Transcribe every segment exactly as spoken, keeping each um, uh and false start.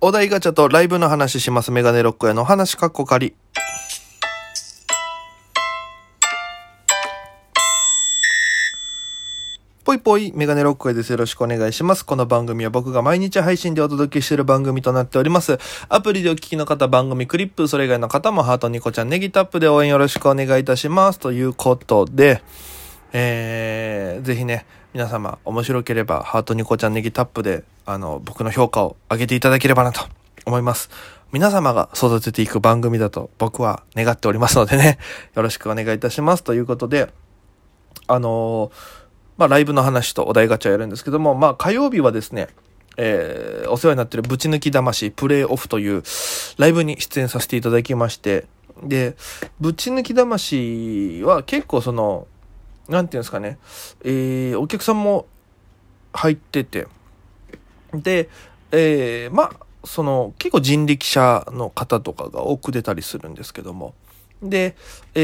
お題ガチャとライブの話します。メガネロック屋の話かっこ仮。ぽいぽいメガネロック屋です。よろしくお願いします。この番組は僕が毎日配信でお届けしている番組となっております。アプリでお聞きの方、番組クリップ、それ以外の方もハートニコちゃんネギタップで応援よろしくお願いいたします。ということで、えー、ぜひね、皆様面白ければハートニコちゃんネギタップであの僕の評価を上げていただければなと思います。皆様が育てていく番組だと僕は願っておりますのでね、よろしくお願いいたします。ということで、あのー、まあライブの話とお題ガチャやるんですけども、まあ火曜日はですね、えー、お世話になっているぶち抜き魂プレイオフというライブに出演させていただきまして、でぶち抜き魂は結構そのなんていうんですかね、えー、お客さんも入ってて、で、えー、まあその結構人力車の方とかが多く出たりするんですけども、で、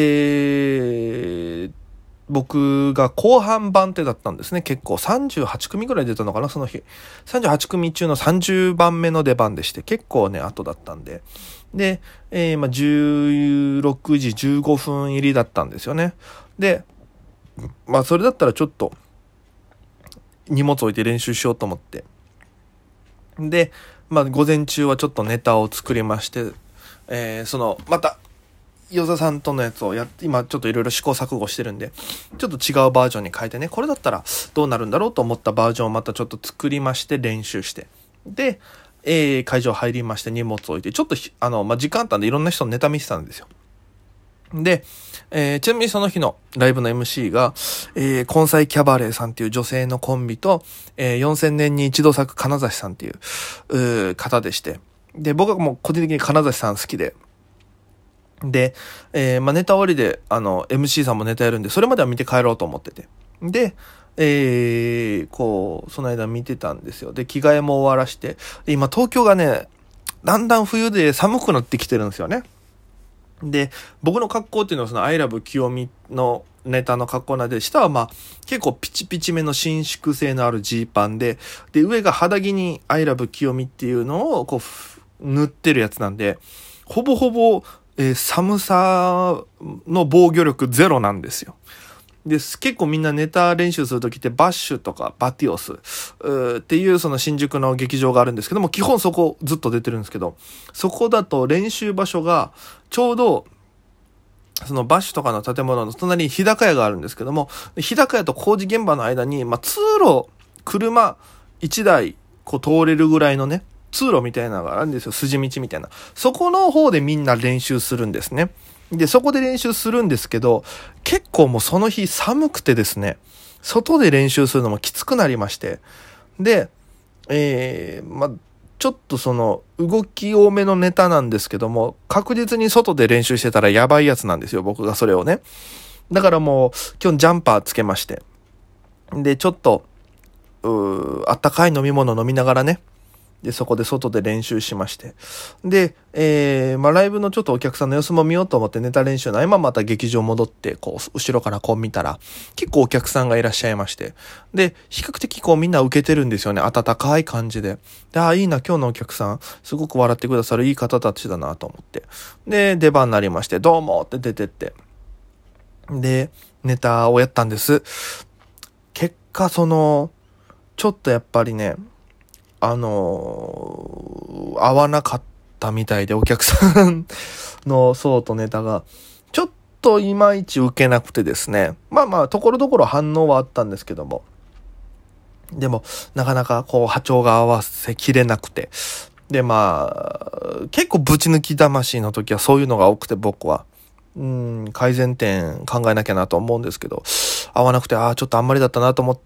えー、僕が後半番手だったんですね。結構さんじゅうはち組ぐらい出たのかな、その日。さんじゅうはち組中のさんじゅうばんめの出番でして、結構ね後だったんで、で、えー、まあじゅうろくじじゅうごふん入りだったんですよね。でまあそれだったらちょっと荷物置いて練習しようと思って、でまあ午前中はちょっとネタを作りまして、えー、そのまた与座さんとのやつをやって今ちょっといろいろ試行錯誤してるんで、ちょっと違うバージョンに変えてね、これだったらどうなるんだろうと思ったバージョンをまたちょっと作りまして練習して、で、えー、会場入りまして荷物置いてちょっとあの、まあ、時間あったんでいろんな人のネタ見せたんですよ。で、えー、ちなみにその日のライブの エムシー が、えー、根菜キャバレーさんっていう女性のコンビと、えー、よんせんねんに一度咲く金指さんっていう、うー方でして、で、僕はもう個人的に金指さん好きで、で、えー、まあ、ネタ終わりで、あの、エムシー さんもネタやるんで、それまでは見て帰ろうと思ってて。で、えー、こう、その間見てたんですよ。で、着替えも終わらして、で今東京がね、だんだん冬で寒くなってきてるんですよね。で僕の格好っていうのはそのアイラブ清美のネタの格好なんで、下はまあ結構ピチピチめの伸縮性のあるジーパンで、で上が肌着にアイラブ清美っていうのをこう塗ってるやつなんで、ほぼほぼ、えー、寒さの防御力ゼロなんですよ。で結構みんなネタ練習するときってバッシュとかバティオスっていうその新宿の劇場があるんですけども、基本そこずっと出てるんですけど、そこだと練習場所がちょうどそのバッシュとかの建物の隣に日高屋があるんですけども、日高屋と工事現場の間に、まあ、通路車いちだいこう通れるぐらいのね通路みたいなのがあるんですよ。筋道みたいな。そこの方でみんな練習するんですね。でそこで練習するんですけど、結構もうその日寒くてですね、外で練習するのもきつくなりまして、でえー、まあちょっとその動き多めのネタなんですけども、確実に外で練習してたらやばいやつなんですよ、僕がそれをね。だからもう今日ジャンパーつけまして、でちょっとうーあったかい飲み物飲みながらね、でそこで外で練習しまして、で、えーまあ、ライブのちょっとお客さんの様子も見ようと思ってネタ練習の合間また劇場戻ってこう後ろからこう見たら結構お客さんがいらっしゃいまして、で比較的こうみんな受けてるんですよね、温かい感じで。でああいいな、今日のお客さんすごく笑ってくださるいい方たちだなと思って、で出番になりまして、どうもって出てって、でネタをやったんです。結果そのちょっとやっぱりね、あのー、合わなかったみたいで、お客さんの層とネタがちょっといまいち受けなくてですね、まあまあところどころ反応はあったんですけども、でもなかなかこう波長が合わせきれなくて、でまあ結構ぶち抜き魂の時はそういうのが多くて、僕はうん改善点考えなきゃなと思うんですけど、合わなくて、ああちょっとあんまりだったなと思って、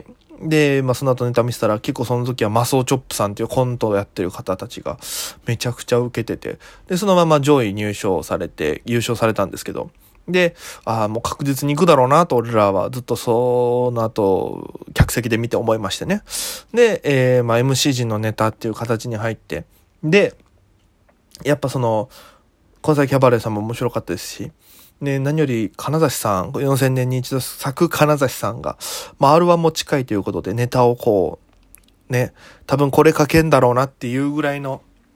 で、まあ、その後ネタ見せたら結構その時はマソーチョップさんっていうコントをやってる方たちがめちゃくちゃ受けてて、でそのまま上位入賞されて優勝されたんですけど、でああもう確実に行くだろうなと俺らはずっとその後客席で見て思いましてね。で、えーまあ、エムシー 陣のネタっていう形に入って、でやっぱその根菜キャバレーさんも面白かったですし、ね、何より金指さん、よんせんねんに一度咲く金指さんが、まあ、アールワン も近いということでネタをこうね、多分これ書けんだろうなっていうぐらいの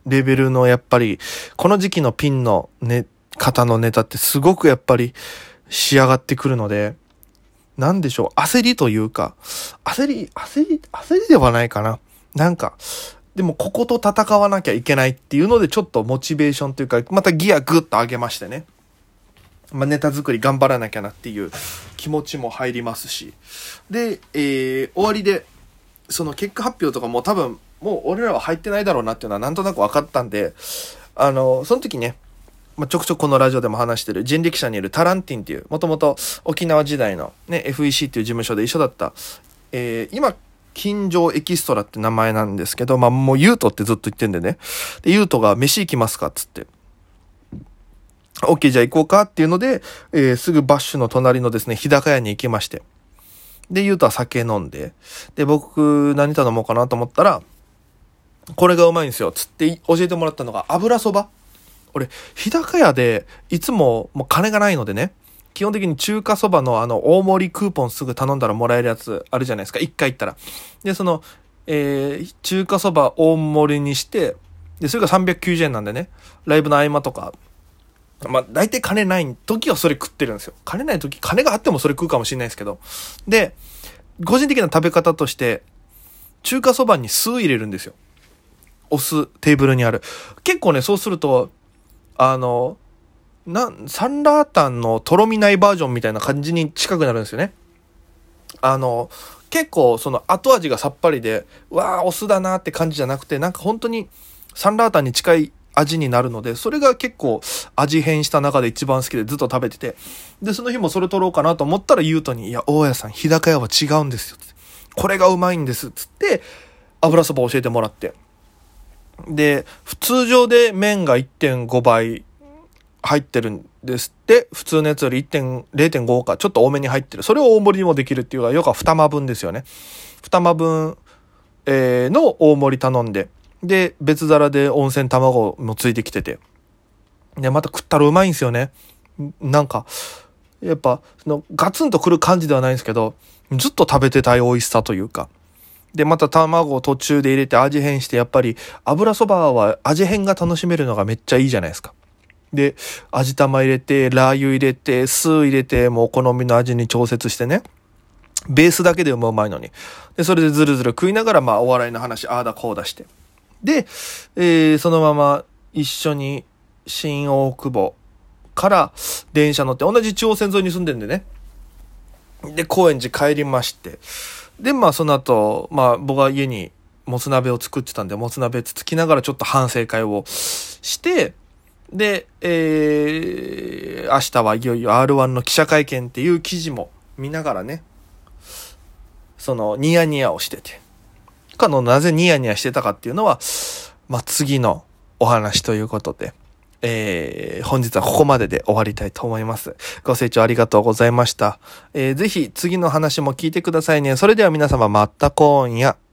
レベルのやっぱり、この時期のピンのね、型のネタってすごくやっぱり仕上がってくるので、なんでしょう、焦りというか、焦り、焦り、焦りではないかな。なんか、でもここと戦わなきゃいけないっていうのでちょっとモチベーションというか、またギアグッと上げましてね。まあ、ネタ作り頑張らなきゃなっていう気持ちも入りますし。で、えー、終わりで、その結果発表とかも多分、もう俺らは入ってないだろうなっていうのはなんとなく分かったんで、あの、その時ね、まあ、ちょくちょくこのラジオでも話してる人力車にいるタランティンっていう、もともと沖縄時代のね、エフイーシー っていう事務所で一緒だった、えー、今、金城エキストラって名前なんですけど、まあ、もうユートってずっと言ってんでね。で、ユートが飯行きますかっつって。OK、じゃあ行こうかっていうので、えー、すぐバッシュの隣のですね、日高屋に行きまして。で、ユートは酒飲んで。で、僕何頼もうかなと思ったら、これがうまいんですよ。つって教えてもらったのが油そば。俺、日高屋でいつももう金がないのでね、基本的に中華そばのあの大盛りクーポンすぐ頼んだらもらえるやつあるじゃないですか。一回行ったら。で、その、えー、中華そば大盛りにして、で、それがさんびゃくきゅうじゅうえんなんでね、ライブの合間とか、まあ、大体金ない時はそれ食ってるんですよ。金ない時、金があってもそれ食うかもしれないですけど。で、個人的な食べ方として、中華そばに酢入れるんですよ。お酢、テーブルにある。結構ね、そうすると、あの、な、サンラータンのとろみないバージョンみたいな感じに近くなるんですよね。あの、結構その後味がさっぱりで、わー、お酢だなって感じじゃなくて、なんか本当にサンラータンに近い味になるので、それが結構味変した中で一番好きでずっと食べてて、で、その日もそれ取ろうかなと思ったら、ゆうとに、いや、大家さん、日高屋は違うんですよ。これがうまいんです。つって、油そば教えてもらって。で、通常で麺が いってんご 倍入ってるんですって、普通のやつより れいてんご かちょっと多めに入ってる。それを大盛りにもできるっていうのは、よくに玉分ですよね。に玉分、えー、の大盛り頼んで、で、別皿で温泉卵もついてきてて。で、また食ったらうまいんですよね。なんか、やっぱ、そのガツンとくる感じではないんですけど、ずっと食べてたい美味しさというか。で、また卵を途中で入れて味変して、やっぱり油そばは味変が楽しめるのがめっちゃいいじゃないですか。で、味玉入れて、ラー油入れて、酢入れて、もうお好みの味に調節してね。ベースだけでもうまいのに。で、それでずるずる食いながら、まあ、お笑いの話、ああだこうだして。で、えー、そのまま一緒に新大久保から電車乗って、同じ中央線沿いに住んでるんでね。で、高円寺帰りまして。で、まあ、その後、まあ、僕は家にもつ鍋を作ってたんで、もつ鍋つつきながらちょっと反省会をして、で、えー、明日はいよいよ アールワン の記者会見っていう記事も見ながらね、そのニヤニヤをしてて、かのなぜニヤニヤしてたかっていうのは、まあ、次のお話ということで、えー、本日はここまでで終わりたいと思います。ご清聴ありがとうございました。えー、ぜひ次の話も聞いてくださいね。それでは皆様また今夜。